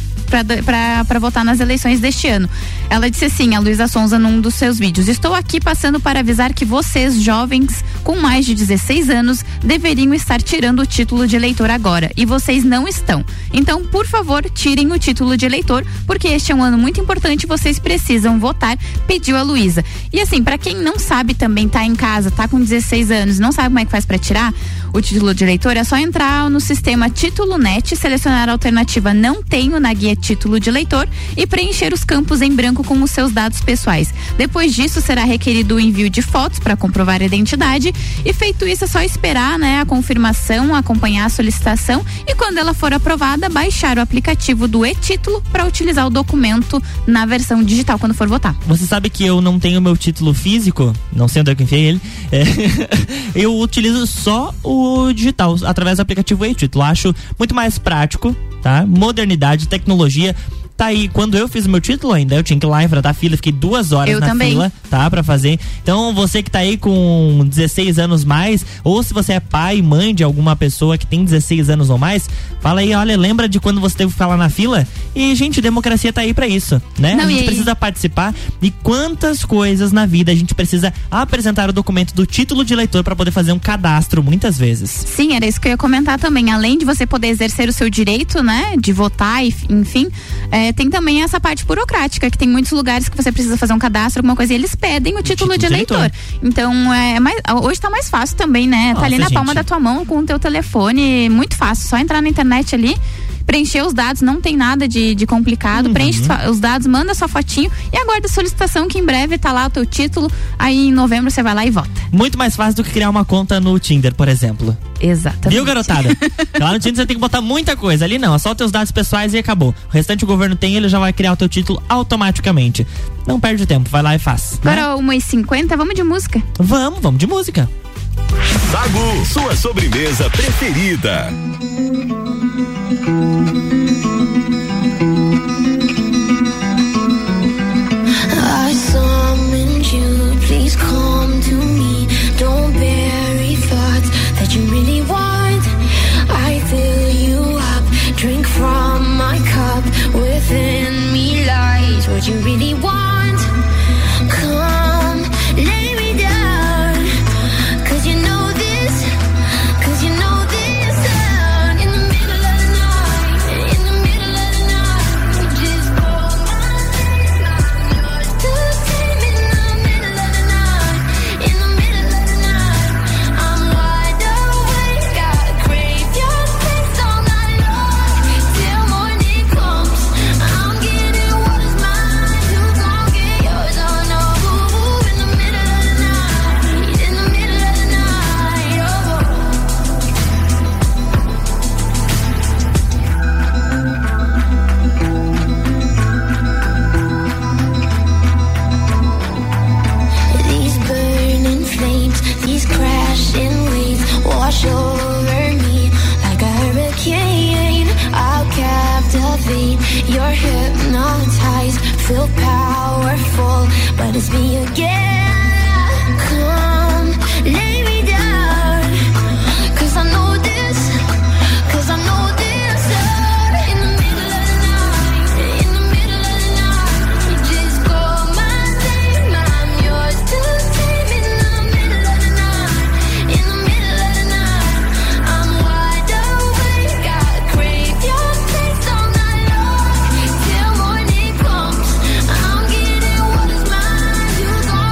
para votar nas eleições deste ano. Ela disse assim, a Luísa Sonza, num dos seus vídeos: estou aqui passando para avisar que vocês, jovens com mais de dezesseis anos, deveriam estar tirando o título de eleitor agora, e vocês não estão. Então, por favor, tirem o título de eleitor, porque este é um ano muito importante, vocês precisam votar, pediu a Luísa. E assim, para quem não sabe também, tá em casa, tá com dezesseis anos, não sabe como é que faz para tirar o título de eleitor, é só entrar no sistema Título Net, selecionar a alternativa Não Tenho na guia Título de Eleitor e preencher os campos em branco com os seus dados pessoais. Depois disso, será requerido o envio de fotos para comprovar a identidade, e feito isso é só esperar, né, a confirmação, acompanhar a solicitação, e quando ela for aprovada, baixar o aplicativo do e-título para utilizar o documento na versão digital quando for votar. Você sabe que eu não tenho meu título físico, não sei onde é que enfiei ele, é, eu utilizo só o digital, através do aplicativo e-título. Acho muito mais prático, tá? Modernidade, tecnologia. Tá aí, quando eu fiz o meu título ainda, eu tinha que ir lá enfrentar a fila, fiquei duas horas eu na também. fila, tá, pra fazer. Então, você que tá aí com dezesseis anos mais, ou se você é pai, mãe de alguma pessoa que tem dezesseis anos ou mais, fala aí, olha, lembra de quando você teve que ficar lá na fila? E, gente, democracia tá aí pra isso, né? Não, a gente e... precisa participar, e quantas coisas na vida a gente precisa apresentar o documento do título de eleitor pra poder fazer um cadastro, muitas vezes. Sim, era isso que eu ia comentar também. Além de você poder exercer o seu direito, né, de votar, enfim, é, tem também essa parte burocrática, que tem muitos lugares que você precisa fazer um cadastro, alguma coisa, e eles pedem o título, título de eleitor. eleitor. Então, é mais, hoje tá mais fácil também, né? Nossa, tá ali na gente. palma da tua mão, com o teu telefone, muito fácil, só entrar na internet ali, preencher os dados, não tem nada de, de complicado, uhum. preenche os dados, manda sua fotinho e aguarda a solicitação, que em breve tá lá o teu título, aí em novembro você vai lá e vota. Muito mais fácil do que criar uma conta no Tinder, por exemplo. Exatamente. Viu, garotada? Lá no Tinder você tem que botar muita coisa, ali não, é só os teus dados pessoais e acabou. O restante o governo tem, ele já vai criar o teu título automaticamente. Não perde tempo, vai lá e faz. Agora, né? uma e cinquenta, vamos de música? Vamos, vamos de música. Sagu, sua sobremesa preferida. I summoned you, please come to me. Don't bury thoughts that you really want. I fill you up, drink from my cup. Within me lies what you really want. Come, lay me down, 'cause you know this, 'cause you know this. Down in the middle of the night, in the middle of the night, you just call my name, I'm yours to tame. In the middle of the night, in the middle of the night, I'm wide awake, I crave your face all night long, till morning comes. I'm getting what is mine, too long get yours, oh no. In the middle of the night, in the middle of the night, oh. These burning flames, these crashing waves wash over me like a hurricane. I'll captivate, you're hypnotized, feel powerful, but it's me again. Come, lay me down, 'cause I know this, 'cause I know this. In the middle of the night, in the middle of the night, you just call my name, I'm yours to tame. In the middle of the night, in the middle of the night, I'm wide awake, I crave your taste all night long, till morning comes. I'm getting what is mine, too long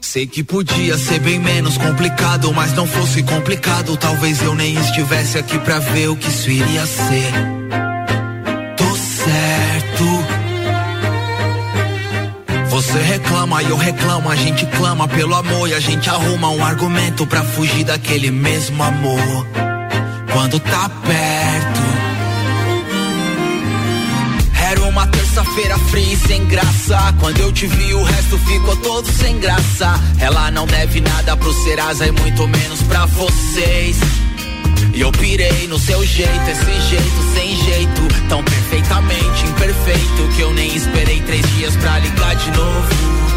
Sei que podia ser bem menos complicado, mas não fosse complicado, talvez eu nem estivesse aqui pra ver o que isso iria ser. Tô certo. Você reclama e eu reclamo, a gente clama pelo amor e a gente arruma um argumento pra fugir daquele mesmo amor. Quando tá perto. Era uma terça-feira fria e sem graça. Quando eu te vi o resto ficou todo sem graça. Ela não deve nada pro Serasa e muito menos pra vocês. E eu pirei no seu jeito, esse jeito sem jeito, tão perfeitamente imperfeito que eu nem esperei três dias pra ligar de novo.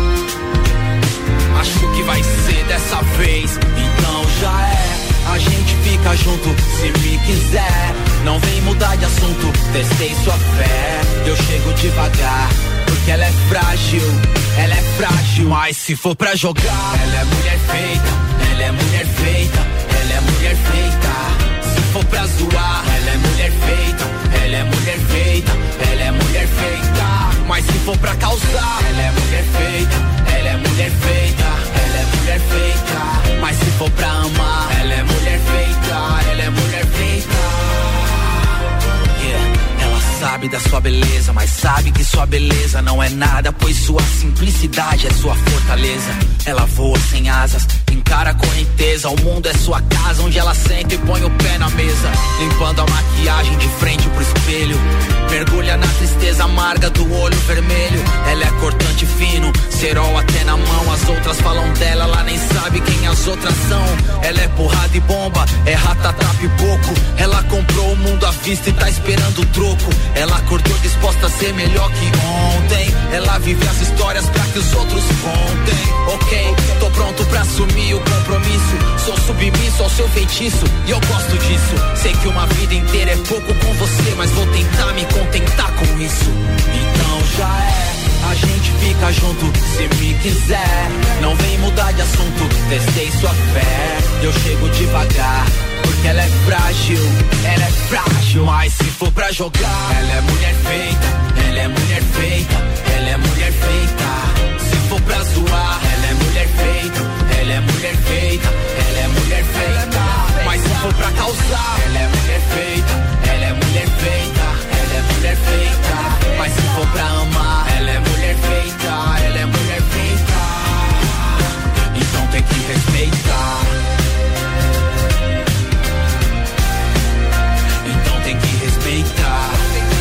Acho que vai ser dessa vez, então já é. A gente fica junto se me quiser. Não vem mudar de assunto, testei sua fé. Eu chego devagar, porque ela é frágil. Ela é frágil, mas se for pra jogar, ela é mulher feita, ela é mulher feita, ela é mulher feita. Se for pra zoar, ela é mulher feita, ela é mulher feita, ela é mulher feita. Mas se for pra causar, ela é mulher feita, ela é mulher feita, ela é mulher feita. Mas se for pra amar, ela é mulher feita, ela é mulher feita. Yeah. Ela sabe da sua beleza, mas sabe que sua beleza não é nada, pois sua simplicidade é sua fortaleza. Ela voa sem asas, encara a correnteza. O mundo é sua casa, onde ela senta e põe o pé na mesa. Limpando a maquiagem de frente pro espelho, mergulha na tristeza amarga do olho vermelho. Ela é cortante fino, cerol até na mão. As outras falam dela, ela nem sabe quem as outras são. Ela é porrada e bomba, é ratatá pipoco. Ela comprou o mundo à vista e tá esperando o troco. Ela acordou disposta a ser melhor que ontem. Ela vive as histórias pra que os outros contem. Ok, tô pronto pra assumir o compromisso. Sou submisso ao seu feitiço e eu gosto disso. Sei que uma vida inteira é pouco com você, mas vou tentar me contentar com isso. Então já é. A gente fica junto se me quiser. Não vem mudar de assunto, testei sua fé. Eu chego devagar, porque ela é frágil. Ela é frágil, mas se for pra jogar, ela é mulher feita, ela é mulher feita, ela é mulher feita. Se for pra zoar, ela é mulher feita, ela é mulher feita, ela é mulher feita. Mas se for pra causar, ela é mulher feita, ela é mulher feita, ela é mulher feita. Mas se for pra amar, ela é mulher feita, ela é mulher feita. Então tem que respeitar. Então tem que respeitar.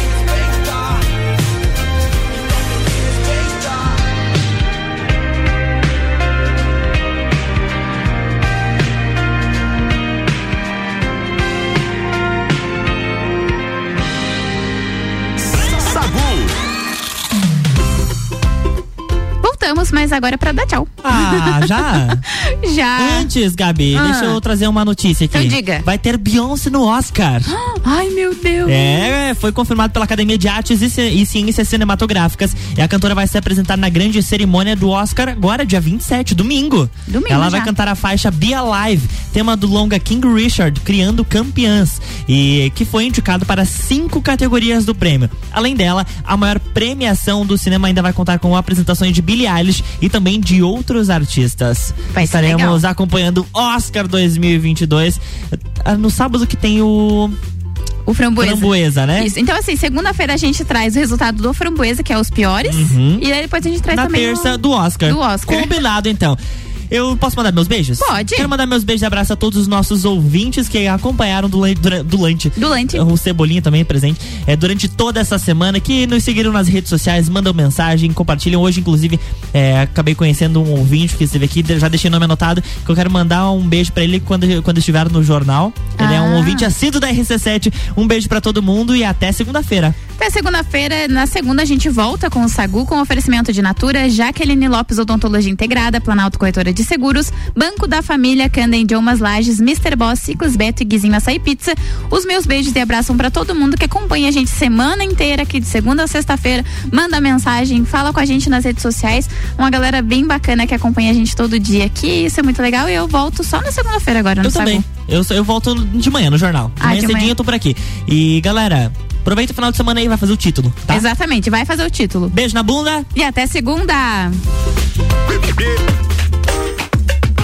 Voltamos, mas agora é pra dar tchau. Ah, já? Já. Antes, Gabi, Ah. deixa eu trazer uma notícia aqui. Então diga. Vai ter Beyoncé no Oscar. Ai, meu Deus. É, foi confirmado pela Academia de Artes e, Ci- e Ciências Cinematográficas. E a cantora vai se apresentar na grande cerimônia do Oscar agora, dia vinte e sete, domingo. Domingo Ela já. vai cantar a faixa Be Alive, tema do longa King Richard, Criando Campeãs, e que foi indicado para cinco categorias do prêmio. Além dela, a maior premiação do cinema ainda vai contar com apresentações de Billie Eilish e também de outros artistas. Vai ser Estaremos legal. acompanhando Oscar dois mil e vinte e dois. Ah, no sábado que tem o... O Framboesa. Framboesa, né? Isso. Então, assim, segunda-feira a gente traz o resultado do Framboesa, que é os piores. Uhum. E aí depois a gente traz Na também terça o... do Oscar. Do Oscar. Combinado, então. Eu posso mandar meus beijos? Pode. Quero mandar meus beijos e abraços a todos os nossos ouvintes que acompanharam do, lan- dura- do Lante. Do Lante. O Cebolinha também presente. É, durante toda essa semana, que nos seguiram nas redes sociais, mandam mensagem, compartilham. Hoje, inclusive, é, acabei conhecendo um ouvinte que esteve aqui, já deixei o nome anotado, que eu quero mandar um beijo pra ele quando, quando estiver no jornal. Ele é um Ah. ouvinte assíduo da R C sete. Um beijo pra todo mundo e até segunda-feira. Até segunda-feira, na segunda a gente volta com o Sagu, com oferecimento de Natura, Jaqueline Lopes Odontologia Integrada, Planalto Corretora de Seguros, Banco da Família, Canda Idiomas Lages, mister Boss, Ciclos Beto e Guizinho Açaí Pizza. Os meus beijos e abraços pra todo mundo que acompanha a gente semana inteira, aqui de segunda a sexta-feira. Manda mensagem, fala com a gente nas redes sociais. Uma galera bem bacana que acompanha a gente todo dia aqui. Isso é muito legal e eu volto só na segunda-feira agora no Eu também. Sagu. Eu, eu volto de manhã no jornal. De Ah, manhã de cedinho manhã. eu tô por aqui. E galera, aproveita o final de semana aí, vai fazer o título, tá? Exatamente, vai fazer o título. Beijo na bunda. E até segunda.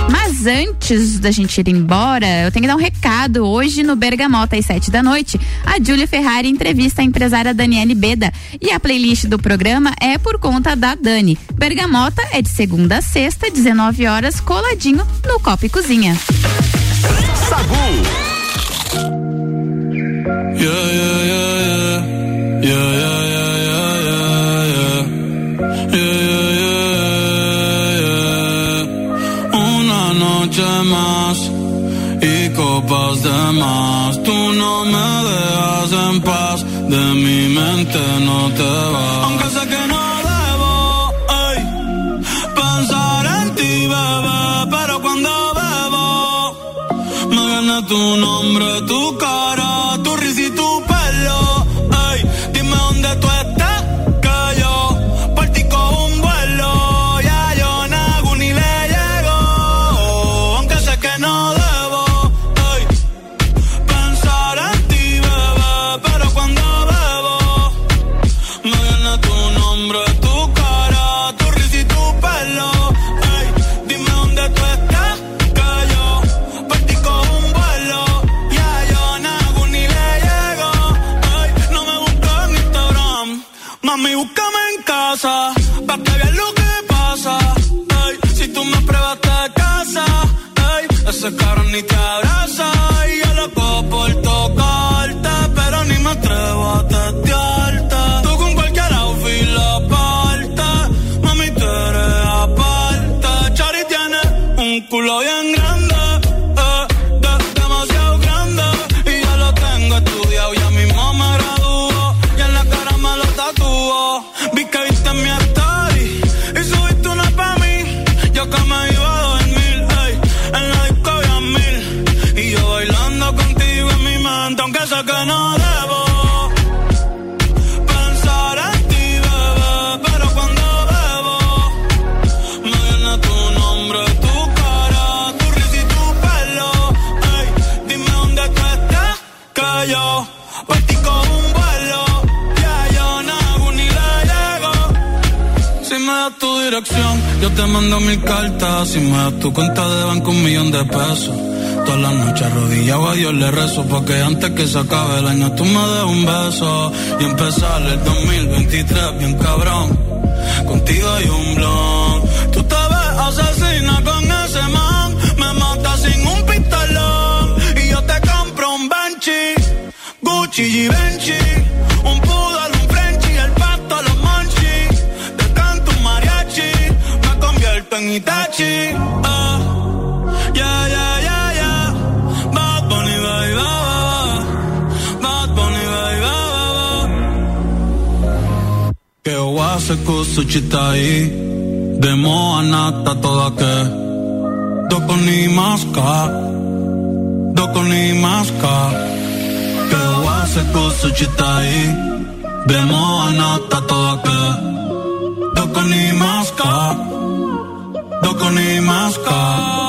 Mas antes da gente ir embora, eu tenho que dar um recado. Hoje no Bergamota às sete da noite, a Júlia Ferrari entrevista a empresária Daniele Beda. E a playlist do programa é por conta da Dani. Bergamota é de segunda a sexta, dezenove horas, coladinho no Copa e Cozinha. Sagu. Yeah, yeah, yeah, yeah. Yeah, yeah, yeah, yeah, yeah. Yeah, yeah, yeah, yeah. Una noche más y copas de más. Tú no me dejas en paz, de mi mente no te vas. Aunque sé que no debo, ey, pensar en ti, bebé, pero cuando bebo me gana tu nombre, tu cara, tu risa y tu pelo. Ey, dime dónde tú estás, que yo por ti cojo un vuelo. Ya yo nago ni le llego, aunque sé que no debo, ey, pensar en ti, bebé, pero cuando bebo me gana tu nombre, tu cara, tu risa y tu pelo. Ey, dime dónde tú estás, que yo por ti cojo un vuelo. Ya yo nago ni le llego, ey, no me busques en Instagram, mami, búscame en casa, pa' que veas lo que pasa, ey, si tú me pruebas de casa, ey, ese cabrón ni te abraza, y yo lo cojo por tocarte, pero ni me atrevo a testearte, tú con cualquier outfit la parte, mami, tú eres aparte, Chari tiene un culo bien grande, eh, de- demasiado grande, y ya lo tengo estudiado, ya mismo me graduó, y en la cara me lo tatuó, vi que viste mi story, y subiste una pa' mí, yo que me iba a dormir, ey, en la disco había mil, y yo bailando contigo en mi mente, aunque sé que no debo pensar en ti, bebé, pero cuando bebo me gana tu nombre, tu cara, tu risa y tu pelo. Ey, dime dónde tú estás, que yo por ti cojo un vuelo. Ya yo nago ni le llego. Si me das tu dirección, yo te mando mil cartas. Si me das tu cuenta de banco, un millón de pesos. Todas las noches arrodillado a Dios le rezo, porque antes que se acabe el año tú me des un beso y empezar el dos mil veintitrés bien cabrón. Contigo hay un blon. Tú te ves asesina con ese man, me matas sin un pistolón, y yo te compro un Banshee, Gucci y Benchi, un poodle, un Frenchie, el pasto, los monchis, te canto un mariachi, me convierto en Itachi. Ah, yeah, yeah, yeah, yeah. Bad Bunny, baby, Bad Bunny, baby. Que oase kusuchitai, demo anata toda que, doko ni maska, doko ni maska. Que oase kusuchitai, demo anata toda que, doko ni maska, doko ni maska.